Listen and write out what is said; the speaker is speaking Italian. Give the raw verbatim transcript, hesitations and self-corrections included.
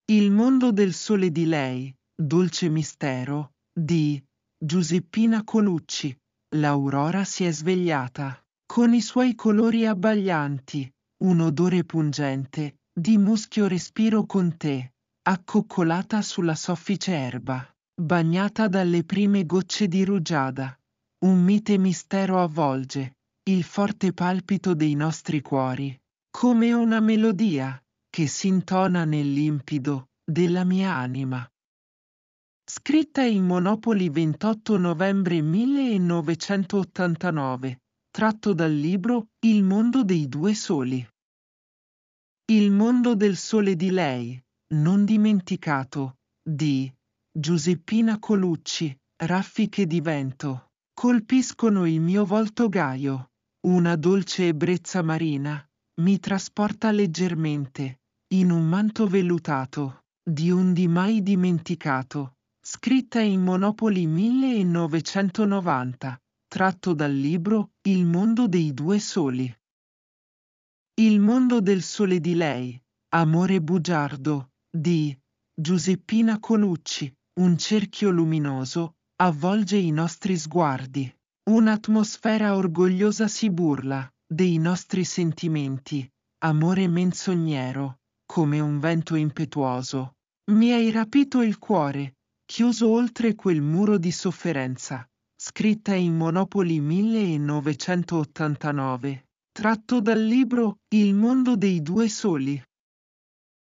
Il mondo del sole di lei, dolce mistero, di Giuseppina Colucci. L'aurora si è svegliata, con i suoi colori abbaglianti, un odore pungente, di muschio respiro con te, accoccolata sulla soffice erba, bagnata dalle prime gocce di rugiada. Un mite mistero avvolge il forte palpito dei nostri cuori, come una melodia che si intona nel limpido della mia anima. Scritta in Monopoli ventotto novembre millenovecentottantanove, tratto dal libro Il mondo dei due soli. Il mondo del sole di lei, non dimenticato, di Giuseppina Colucci. Raffiche di vento colpiscono il mio volto gaio, una dolce ebbrezza marina mi trasporta leggermente in un manto vellutato di un di mai dimenticato. Scritta in Monopoli millenovecentonovanta, tratto dal libro Il mondo dei due soli. Il mondo del sole di lei, amore bugiardo, di Giuseppina Colucci. Un cerchio luminoso avvolge i nostri sguardi. Un'atmosfera orgogliosa si burla dei nostri sentimenti. Amore menzognero, come un vento impetuoso. Mi hai rapito il cuore, chiuso oltre quel muro di sofferenza. Scritta in Monopoli millenovecentottantanove, tratto dal libro Il mondo dei due soli.